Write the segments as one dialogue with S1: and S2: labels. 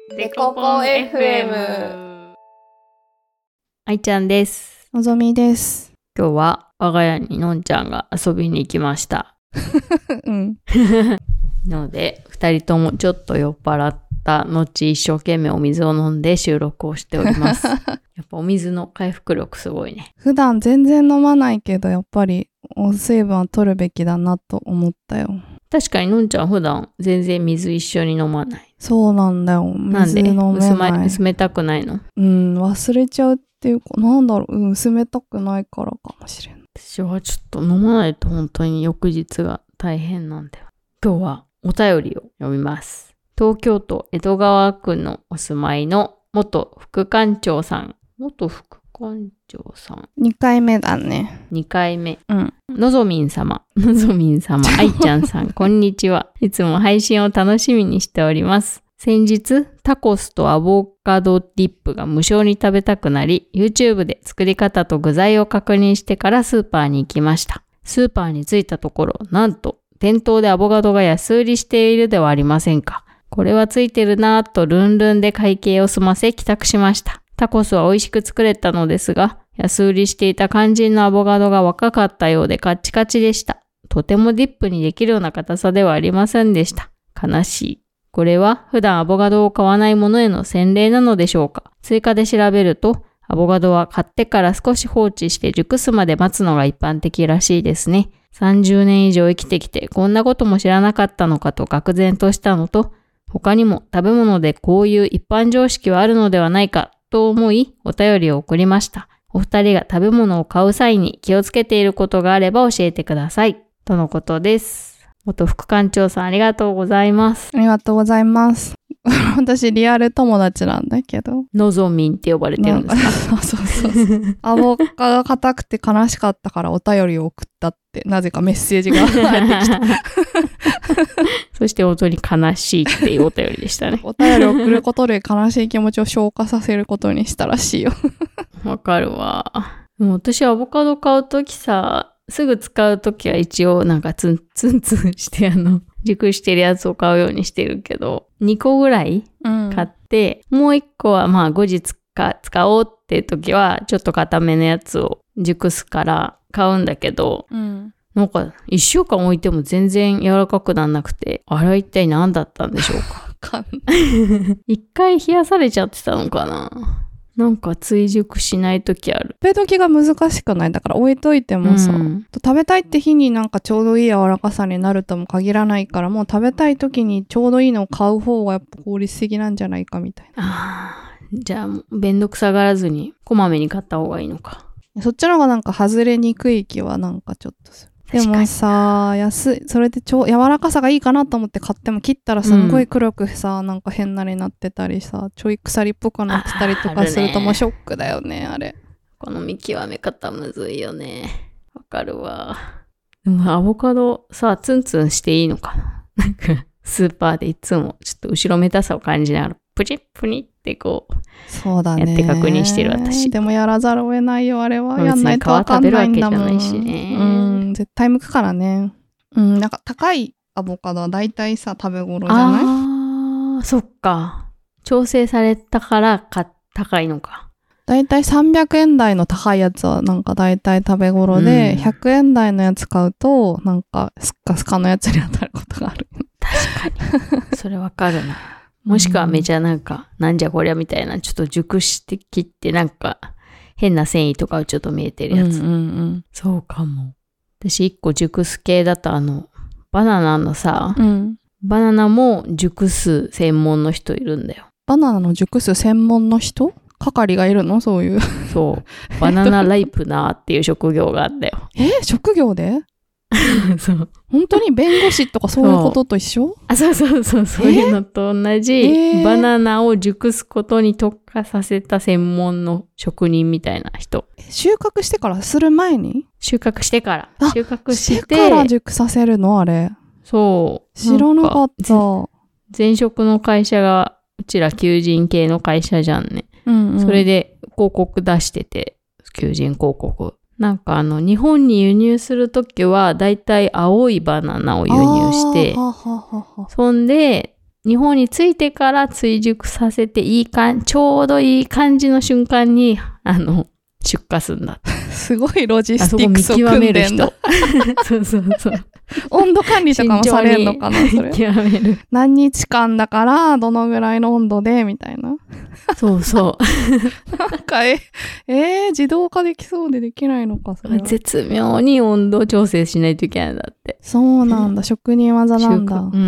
S1: デコポン FM。 愛ちゃんです。
S2: のぞみです。
S1: 今日は我が家にのんちゃんが遊びに行きました
S2: うん
S1: ので2人ともちょっと酔っ払った後一生懸命お水を飲んで収録をしておりますやっぱお水の回復力すごいね。
S2: 普段全然飲まないけどやっぱり水分は取るべきだなと思ったよ。
S1: 確かにのんちゃん普段全然水一緒に飲まない。
S2: そうなんだよ。水飲めない。
S1: 薄めたくないの？
S2: 忘れちゃうっていうか、なんだろう、薄めたくないからかもしれない。
S1: 私はちょっと飲まないと本当に翌日が大変なんだよ。今日はお便りを読みます。東京都江戸川区のお住まいの元副館長さん。
S2: 2回目だね。
S1: 2回目。
S2: うん。
S1: のぞみん様、愛ちゃんさん、こんにちは。いつも配信を楽しみにしております。先日、タコスとアボカドディップが無償に食べたくなり、YouTube で作り方と具材を確認してからスーパーに行きました。スーパーに着いたところ、なんと、店頭でアボカドが安売りしているではありませんか。これはついてるなぁとルンルンで会計を済ませ帰宅しました。タコスは美味しく作れたのですが、安売りしていた肝心のアボカドが若かったようでカッチカチでした。とてもディップにできるような硬さではありませんでした。悲しい。これは普段アボカドを買わないものへの洗礼なのでしょうか。追加で調べると、アボカドは買ってから少し放置して熟すまで待つのが一般的らしいですね。30年以上生きてきてこんなことも知らなかったのかと愕然としたのと、他にも食べ物でこういう一般常識はあるのではないかと思いお便りを送りました。お二人が食べ物を買う際に気をつけていることがあれば教えてください。とのことです。元副館長さんありがとうございます。
S2: ありがとうございます。私リアル友達なんだけど。
S1: のぞみんって呼ばれてるんですか？
S2: そう。アボカド硬くて悲しかったからお便りを送ったってなぜかメッセージが入ってきた。
S1: そして本当に悲しいっていうお便りでしたね。
S2: お便りを送ることで悲しい気持ちを消化させることにしたらしいよ。
S1: わかるわ。でも私アボカド買うときさ、すぐ使うときは一応なんかツンして熟してるやつを買うようにしてるけど、2個ぐらい買って、もう1個はまあ後日使おうっていうときはちょっと固めのやつを熟すから買うんだけど、なんか1週間置いても全然柔らかくならなくて、あれは一体何だったんでしょうか。一回冷やされちゃってたのかな。なんか追熟しないときある。
S2: 食べ時が難しくない？だから置いといてもさ、食べたいって日になんかちょうどいい柔らかさになるとも限らないから、もう食べたい時にちょうどいいのを買う方がやっぱ効率的なんじゃないかみたいな。
S1: じゃあめんどくさがらずにこまめに買った方がいいのか。
S2: そっちの方がなんか外れにくい気はなんかちょっとする。でもさ、それで柔らかさがいいかなと思って買っても切ったらすんごい黒くさ、なんか変なになってたりさ、ちょい腐りっぽくなってたりとかするともうショックだよね、あれ。
S1: この見極め方むずいよね。わかるわ。でもアボカドさ、ツンツンしていいのかな？なんかスーパーでいつもちょっと後ろめたさを感じながら、プチップニってこう、
S2: そうだね。
S1: やって確認してる私。
S2: でもやらざるを得ないよ、あれは。やんないとわかんないんだもん。
S1: 皮食べるわけじゃないしね。
S2: 絶対剥くからね。なんか高いアボカドはだいたいさ、食べ頃じゃない？
S1: そっか。調整されたから高いのか。
S2: だいたい300円台の高いやつはなんかだいたい食べ頃で、100円台のやつ買うと、なんかスッカスカのやつに当たることがある。
S1: 確かに。それわかるな。もしくはめちゃなんか、なんじゃこりゃみたいな、ちょっと熟してきってなんか、変な繊維とかちょっと見えてるやつ。そうかも。私一個熟す系だとバナナのさ、バナナも熟す専門の人いるんだよ。
S2: バナナの熟す専門の人？係がいるの？そういう。
S1: そう。バナナライプナーっていう職業があったよ。
S2: 職業で？
S1: そう。
S2: 本当に弁護士とかそういうことと一緒？
S1: そういうのと同じ、バナナを熟すことに特化させた専門の職人みたいな人。
S2: 収穫してからする前に？
S1: 収穫してから。収穫して
S2: から熟させるの？あれ。
S1: そう。
S2: 知らなかった。
S1: 前職の会社が、うちら求人系の会社じゃんね。それで広告出してて、求人広告。なんか日本に輸入するときはだいたい青いバナナを輸入して、そんで日本に着いてから追熟させてちょうどいい感じの瞬間に、出荷するんだって。
S2: すごいロジスティックスを組んでんだ。
S1: そうそうそう。
S2: 温度管理とかもされんのかな、それ。
S1: 極める。
S2: 何日間だから、どのぐらいの温度で、みたいな。
S1: そうそう。
S2: なんか、自動化できそうでできないのか、それは。
S1: 絶妙に温度調整しないといけないんだって。
S2: そうなんだ、職人技なんだ。
S1: うん。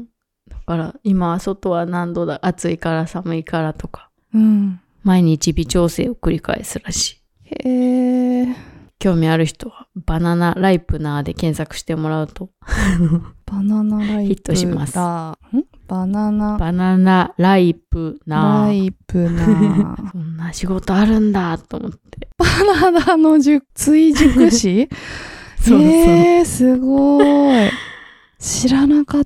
S1: だから、今、外は何度だ、暑いから寒いからとか。
S2: うん。
S1: 毎日微調整を繰り返すらしい。
S2: へー。
S1: 興味ある人はバナナライプナーで検索してもらうと
S2: バナナライプナー
S1: ヒットします。
S2: バナ
S1: ナライプナー。
S2: ライプナー。
S1: そんな仕事あるんだと思って。
S2: バナナの追熟師
S1: そうそう。
S2: すごい。知らなかった。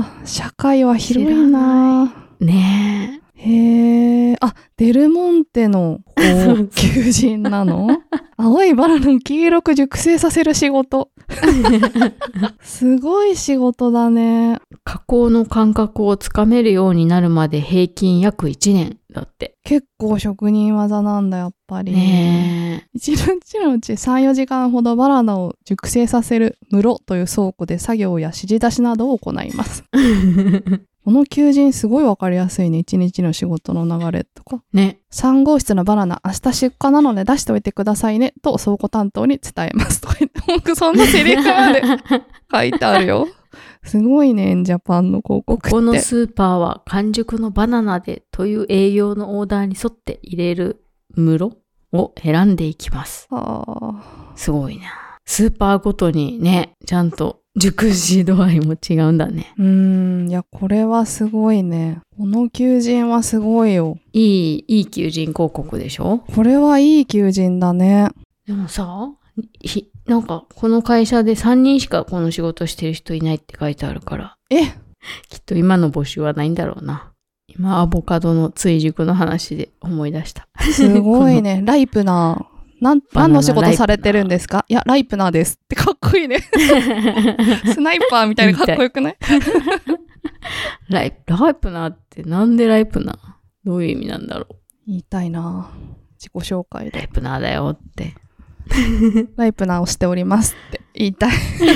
S2: 社会は広いな。
S1: ねえ。
S2: へえ。あ、デルモンテの求人なの？青いバナナを黄色く熟成させる仕事。すごい仕事だね。
S1: 加工の感覚をつかめるようになるまで平均約1年だって。
S2: 結構職人技なんだ、やっぱり。
S1: ねえ。
S2: 1日のうち3、4時間ほどバナナを熟成させる室という倉庫で作業や指示出しなどを行います。この求人すごいわかりやすいね。1日の仕事の流れとか。
S1: ね。
S2: 3号室のバナナ、明日出荷なので出しておいてくださいね。と倉庫担当に伝えます。とか言って、僕そんなセリフまで書いてあるよ。すごいね、ジャパンの広告って。
S1: ここのスーパーは完熟のバナナでという営業のオーダーに沿って入れる室を選んでいきます。すごいな。スーパーごとにね、ちゃんと熟し度合いも違うんだね。
S2: いや、これはすごいね。この求人はすごいよ。
S1: いい求人広告でしょ？
S2: これはいい求人だね。
S1: でもさ、なんかこの会社で3人しかこの仕事してる人いないって書いてあるから。きっと今の募集はないんだろうな。今アボカドの追熟の話で思い出した。
S2: すごいね。ライプナー。何の仕事されてるんですか？いや、ライプナーですってかっこいいね。スナイパーみたいなかっこよくない？
S1: ライプナーってなんでライプナー？どういう意味なんだろう？
S2: 言いたいな。自己紹介で。
S1: ライプナーだよって。
S2: ライプナーをしておりますって言いたい。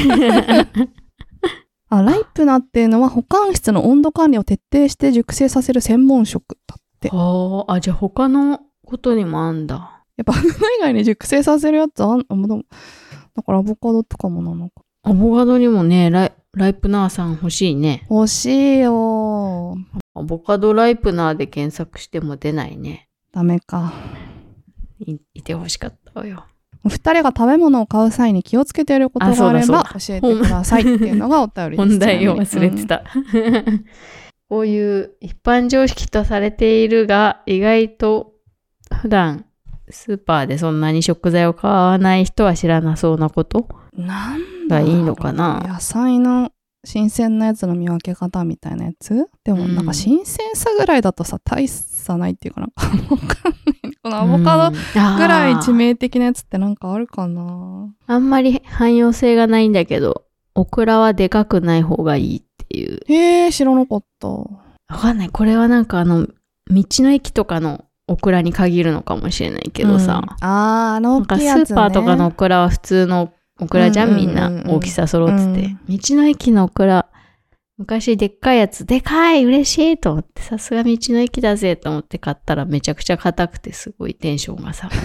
S2: ライプナーっていうのは保管室の温度管理を徹底して熟成させる専門職だって。
S1: じゃあ他のことにもあんだ。
S2: バナナ以外に熟成させるやつだからアボカドとかもなのか。
S1: アボカドにもね、ライプナーさん欲しいね。
S2: 欲しいよ。
S1: アボカドライプナーで検索しても出ないね。
S2: ダメか。
S1: いて欲しかったわよ。
S2: お二人が食べ物を買う際に気をつけていることがあれば教えてくださいっていうのがお便りです。
S1: 本題を忘れてた。こういう一般常識とされているが、意外と普段スーパーでそんなに食材を買わない人は知らなそうなことがいいのかな。
S2: 野菜の新鮮なやつの見分け方みたいなやつでもなんか新鮮さぐらいだとさ、大差ないっていうかなんかわかんない。このアボカドぐらい致命的なやつってなんかあるかな。あんまり
S1: 汎用性がないんだけど、オクラはでかくない方がいいっていう。
S2: 知らなかった。
S1: わかんない。これはなんか道の駅とかのオクラに限るのかもしれないけどさ。
S2: 大きいやつね。
S1: スーパーとかのオクラは普通のオクラじゃん、みんな大きさ揃ってて。道の駅のオクラ、昔でっかいやつ、でかい嬉しいと思って、さすが道の駅だぜと思って買ったらめちゃくちゃ硬くてすごいテンションが下がった。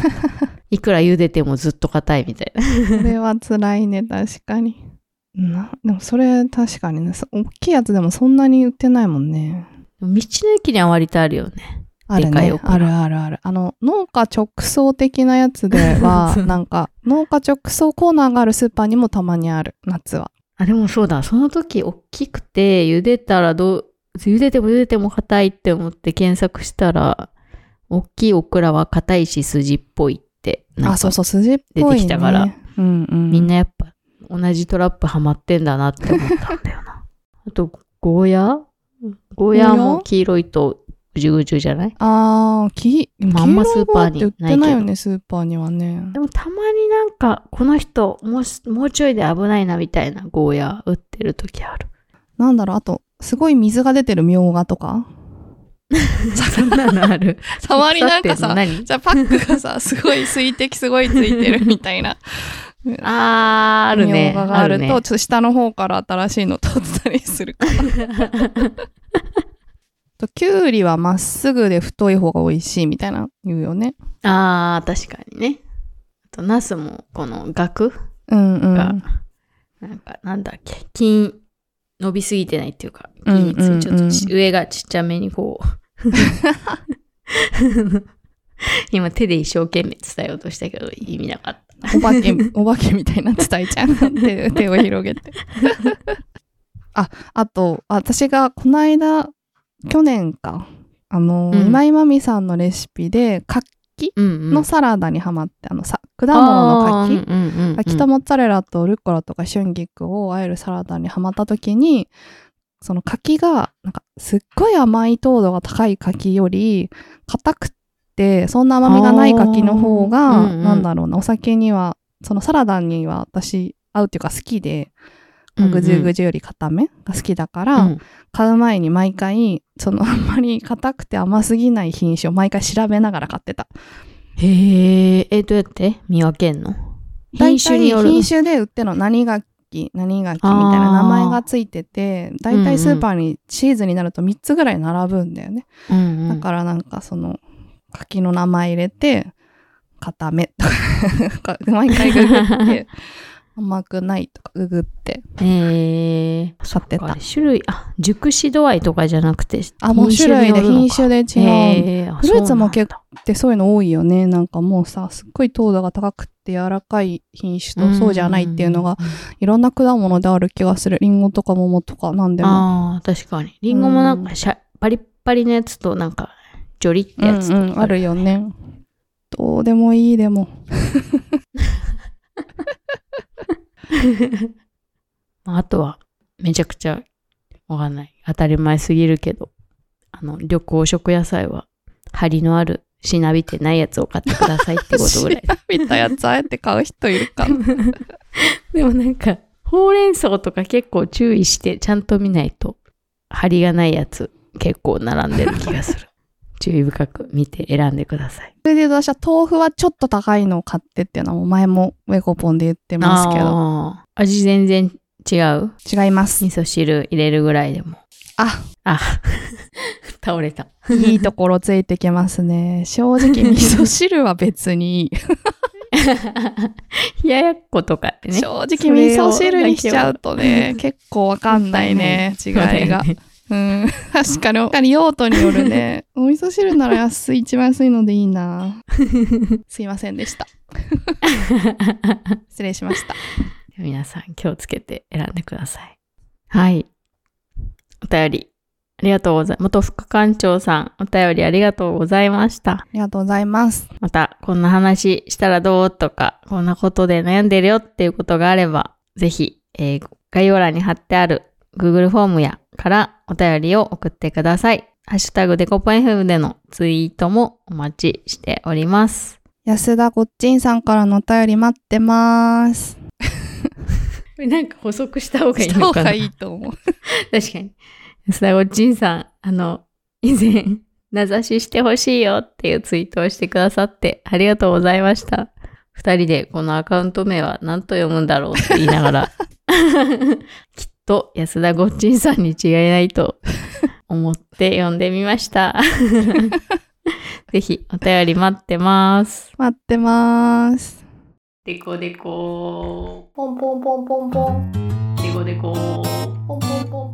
S1: いくら茹でてもずっと硬いみたいな。
S2: それは辛いね、確かに。でもそれ確かにね、大きいやつでもそんなに売ってないもんね。
S1: 道の駅には割とあるよね。
S2: あるね。ある。農家直送的なやつでは、なんか、農家直送コーナーがあるスーパーにもたまにある、夏は。
S1: でもそうだ、その時大きくて、茹でても硬いって思って検索したら、大きいオクラは硬いし筋っぽいって、
S2: そう、筋っぽい、ね。
S1: 出てきたから、みんなやっぱ同じトラップハマってんだなって思ったんだよな。あと、ゴーヤも黄色いと、ぐじゅぐじゅじゃない？
S2: あん
S1: まスーパーに
S2: 売ってないよね、スーパーにはね。
S1: でもたまになんか、この人、もうちょいで危ないなみたいなゴーヤ売ってる時ある。
S2: あと、 すごい水が出てるみょうがとか。
S1: そんなのある。
S2: たまになんかさ、
S1: 何
S2: じゃあパックがさ、すごい水滴すごいついてるみたいな。
S1: あるね。
S2: みょうががあると、
S1: ね、
S2: ちょっと下の方から新しいの取ったりするから。きゅうりはまっすぐで太い方が美味しいみたいな言うよね。
S1: あー、確かにね。あと、ナスもこの額
S2: うんうん。
S1: が、なんか、なんだっけ、伸びすぎてないっていうか、筋肉ちょっと上がちっちゃめにこう。今手で一生懸命伝えようとしたけど意味なかった。
S2: お化けみたいな伝えちゃう。手を広げて。あと、私がこの間、去年か、今井まみさんのレシピで、柿のサラダにハマって、果物の柿とモッツァレラとルッコラとか春菊を和えるサラダにハマった時に、その柿が、なんか、すっごい甘い糖度が高い柿より、硬くて、そんな甘みがない柿の方が、なんだろうな、お酒には、そのサラダには私、合うっていうか好きで、ぐじゅぐじゅより固めが好きだから、買う前に毎回、そのあんまり硬くて甘すぎない品種を毎回調べながら買ってた。
S1: へえ、どうやって見分けんの？
S2: 品種による。品種で売ってるの何柿みたいな名前がついてて、だいたいスーパーにシーズンになると3つぐらい並ぶんだよね。だからなんかその柿の名前入れて、固めとか、毎回ググって、甘くないとかググって。買ってた。
S1: 種類、熟し度合いとかじゃなくて、
S2: もう種類で品種で違う。フルーツも結構ってそういうの多いよね。なんかもうさ、すっごい糖度が高くて柔らかい品種とそうじゃないっていうのが、いろんな果物である気がする。リンゴとか桃とかなんでも。
S1: 確かに。リンゴもなんかパリッパリのやつとなんか、ジョリってやつとか、
S2: あるよね。どうでもいいでも。
S1: あとは、めちゃくちゃ、わかんない。当たり前すぎるけど、緑黄色野菜は、張りのある、しなびてないやつを買ってくださいってことぐらい。
S2: しなびたやつあえて買う人いるかな。
S1: でもなんか、ほうれん草とか結構注意して、ちゃんと見ないと、張りがないやつ、結構並んでる気がする。注意深く見て選んでください。
S2: それで私は豆腐はちょっと高いのを買ってっていうのも前もウェコポンで言ってますけど。
S1: 味全然違う？
S2: 違います。
S1: 味噌汁入れるぐらいでも。倒れた。
S2: いいところついてきますね。正直味噌汁は別にいい。
S1: 冷ややっことかってね。
S2: 正直味噌汁にしちゃうとね、結構わかんないね、違いが。確かに用途によるね。お味噌汁なら一番安いのでいいな。すいませんでした。失礼しました。
S1: 皆さん気をつけて選んでください。はい。お便りありがとうございます。元副館長さん、お便りありがとうございました。
S2: ありがとうございます。
S1: またこんな話したらどうとか、こんなことで悩んでるよっていうことがあれば、ぜひ、概要欄に貼ってあるGoogle フォームからお便りを送ってください。ハッシュタグデコポン FM でのツイートもお待ちしております。
S2: 安田ごっちんさんからのお便り待ってます。
S1: なんか補足した方がいいのかな。
S2: した方がいいと思う。
S1: 確かに。安田ごっちんさん、以前、名指ししてほしいよっていうツイートをしてくださってありがとうございました。二人でこのアカウント名は何と読むんだろうって言いながら、きっと安田ごっちんさんに違いないと思って読んでみました。ぜひお便り待ってます。
S2: 待ってます。
S1: デコデコ
S2: ポンポンポンポンポン。
S1: デコデコ
S2: ポンポンポン。